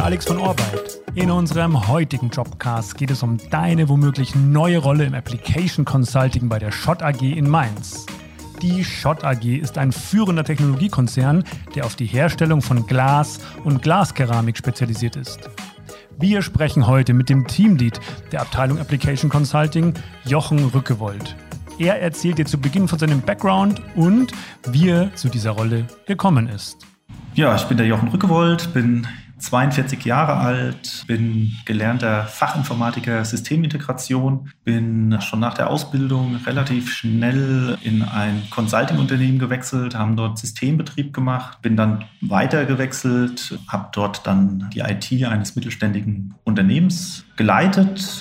Alex von Orbeit. In unserem heutigen Jobcast geht es um deine womöglich neue Rolle im Application Consulting bei der Schott AG in Mainz. Die Schott AG ist ein führender Technologiekonzern, der auf die Herstellung von Glas und Glaskeramik spezialisiert ist. Wir sprechen heute mit dem Teamlead der Abteilung Application Consulting, Jochen Rückewold. Er erzählt dir zu Beginn von seinem Background und wie er zu dieser Rolle gekommen ist. Ja, ich bin der Jochen Rückewold, bin 42 Jahre alt, bin gelernter Fachinformatiker Systemintegration, bin schon nach der Ausbildung relativ schnell in ein Consulting-Unternehmen gewechselt, haben dort Systembetrieb gemacht, bin dann weiter gewechselt, habe dort dann die IT eines mittelständigen Unternehmens geleitet.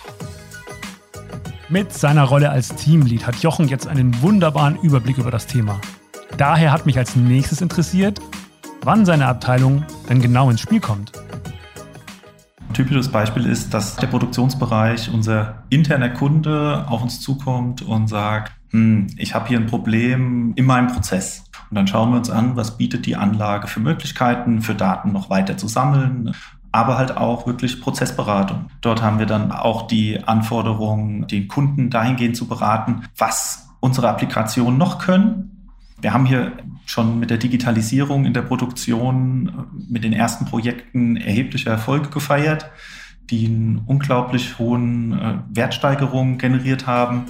Mit seiner Rolle als Teamlead hat Jochen jetzt einen wunderbaren Überblick über das Thema. Daher hat mich als nächstes interessiert, wann seine Abteilung denn genau ins Spiel kommt. Ein typisches Beispiel ist, dass der Produktionsbereich, unser interner Kunde, auf uns zukommt und sagt, ich habe hier ein Problem in meinem Prozess. Und dann schauen wir uns an, was bietet die Anlage für Möglichkeiten, für Daten noch weiter zu sammeln, aber halt auch wirklich Prozessberatung. Dort haben wir dann auch die Anforderung, den Kunden dahingehend zu beraten, was unsere Applikationen noch können. Wir haben hier schon mit der Digitalisierung in der Produktion mit den ersten Projekten erhebliche Erfolge gefeiert, die einen unglaublich hohen Wertsteigerungen generiert haben.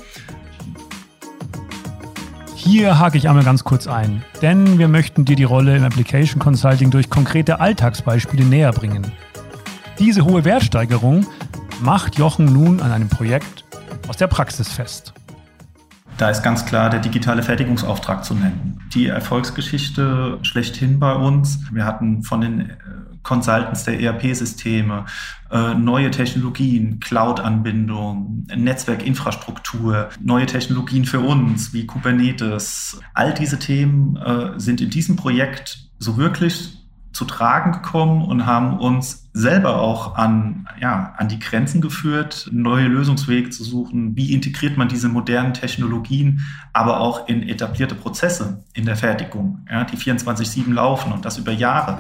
Hier hake ich einmal ganz kurz ein, denn wir möchten dir die Rolle im Application Consulting durch konkrete Alltagsbeispiele näher bringen. Diese hohe Wertsteigerung macht Jochen nun an einem Projekt aus der Praxis fest. Da ist ganz klar der digitale Fertigungsauftrag zu nennen. Die Erfolgsgeschichte schlechthin bei uns. Wir hatten von den Consultants der ERP-Systeme neue Technologien, Cloud-Anbindung, Netzwerkinfrastruktur, neue Technologien für uns wie Kubernetes. All diese Themen sind in diesem Projekt so wirklich zu tragen gekommen und haben uns selber auch an die Grenzen geführt, neue Lösungswege zu suchen. Wie integriert man diese modernen Technologien, aber auch in etablierte Prozesse in der Fertigung, die 24/7 laufen und das über Jahre.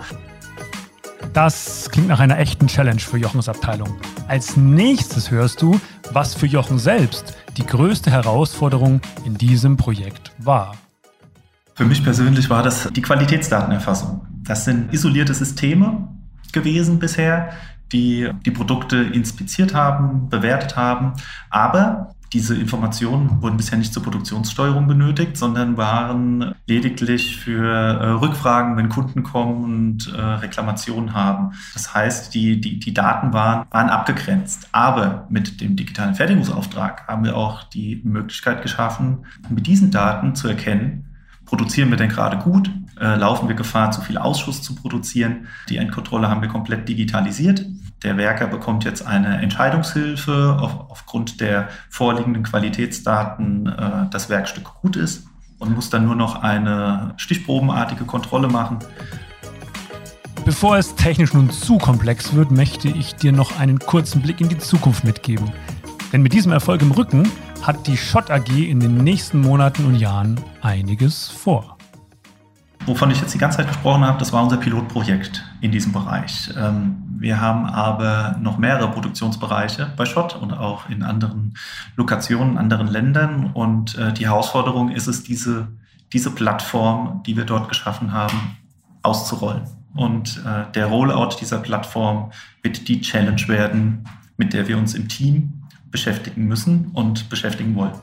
Das klingt nach einer echten Challenge für Jochens Abteilung. Als nächstes hörst du, was für Jochen selbst die größte Herausforderung in diesem Projekt war. Für mich persönlich war das die Qualitätsdatenerfassung. Das sind isolierte Systeme gewesen bisher, die die Produkte inspiziert haben, bewertet haben. Aber diese Informationen wurden bisher nicht zur Produktionssteuerung benötigt, sondern waren lediglich für Rückfragen, wenn Kunden kommen und Reklamationen haben. Das heißt, die Daten waren abgegrenzt. Aber mit dem digitalen Fertigungsauftrag haben wir auch die Möglichkeit geschaffen, mit diesen Daten zu erkennen, produzieren wir denn gerade gut? Laufen wir Gefahr, zu viel Ausschuss zu produzieren? Die Endkontrolle haben wir komplett digitalisiert. Der Werker bekommt jetzt eine Entscheidungshilfe aufgrund der vorliegenden Qualitätsdaten, das Werkstück gut ist und muss dann nur noch eine stichprobenartige Kontrolle machen. Bevor es technisch nun zu komplex wird, möchte ich dir noch einen kurzen Blick in die Zukunft mitgeben. Denn mit diesem Erfolg im Rücken hat die Schott AG in den nächsten Monaten und Jahren einiges vor. Wovon ich jetzt die ganze Zeit gesprochen habe, das war unser Pilotprojekt in diesem Bereich. Wir haben aber noch mehrere Produktionsbereiche bei Schott und auch in anderen Lokationen, anderen Ländern. Und die Herausforderung ist es, diese Plattform, die wir dort geschaffen haben, auszurollen. Und der Rollout dieser Plattform wird die Challenge werden, mit der wir uns im Team beschäftigen müssen und beschäftigen wollen.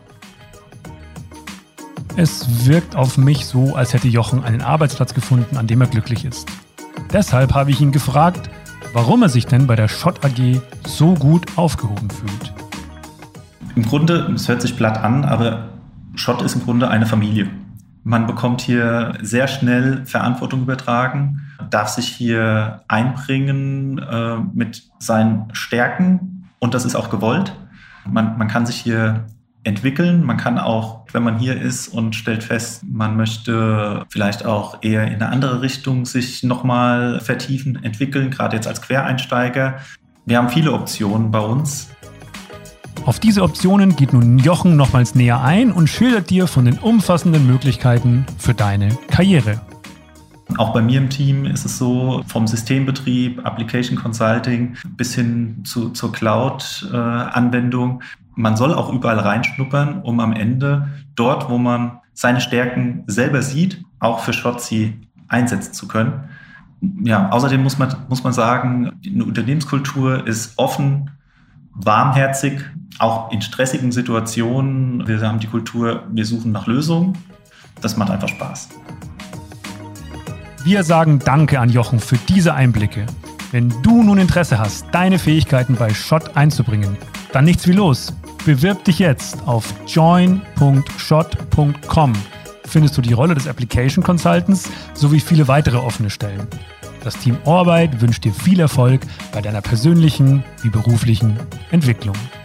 Es wirkt auf mich so, als hätte Jochen einen Arbeitsplatz gefunden, an dem er glücklich ist. Deshalb habe ich ihn gefragt, warum er sich denn bei der Schott AG so gut aufgehoben fühlt. Im Grunde, es hört sich platt an, aber Schott ist im Grunde eine Familie. Man bekommt hier sehr schnell Verantwortung übertragen, darf sich hier einbringen mit seinen Stärken und das ist auch gewollt. Man kann sich hier entwickeln. Man kann auch, wenn man hier ist und stellt fest, man möchte vielleicht auch eher in eine andere Richtung sich nochmal vertiefen, entwickeln, gerade jetzt als Quereinsteiger. Wir haben viele Optionen bei uns. Auf diese Optionen geht nun Jochen nochmals näher ein und schildert dir von den umfassenden Möglichkeiten für deine Karriere. Auch bei mir im Team ist es so, vom Systembetrieb, Application Consulting bis hin zur Cloud-Anwendung. Man soll auch überall reinschnuppern, um am Ende dort, wo man seine Stärken selber sieht, auch für SHOTC einsetzen zu können. Ja, außerdem muss man sagen, eine Unternehmenskultur ist offen, warmherzig, auch in stressigen Situationen. Wir haben die Kultur, wir suchen nach Lösungen. Das macht einfach Spaß. Wir sagen Danke an Jochen für diese Einblicke. Wenn du nun Interesse hast, deine Fähigkeiten bei SHOT einzubringen, dann nichts wie los. Bewirb dich jetzt auf join.shot.com. Findest du die Rolle des Application Consultants sowie viele weitere offene Stellen. Das Team Orbeit wünscht dir viel Erfolg bei deiner persönlichen wie beruflichen Entwicklung.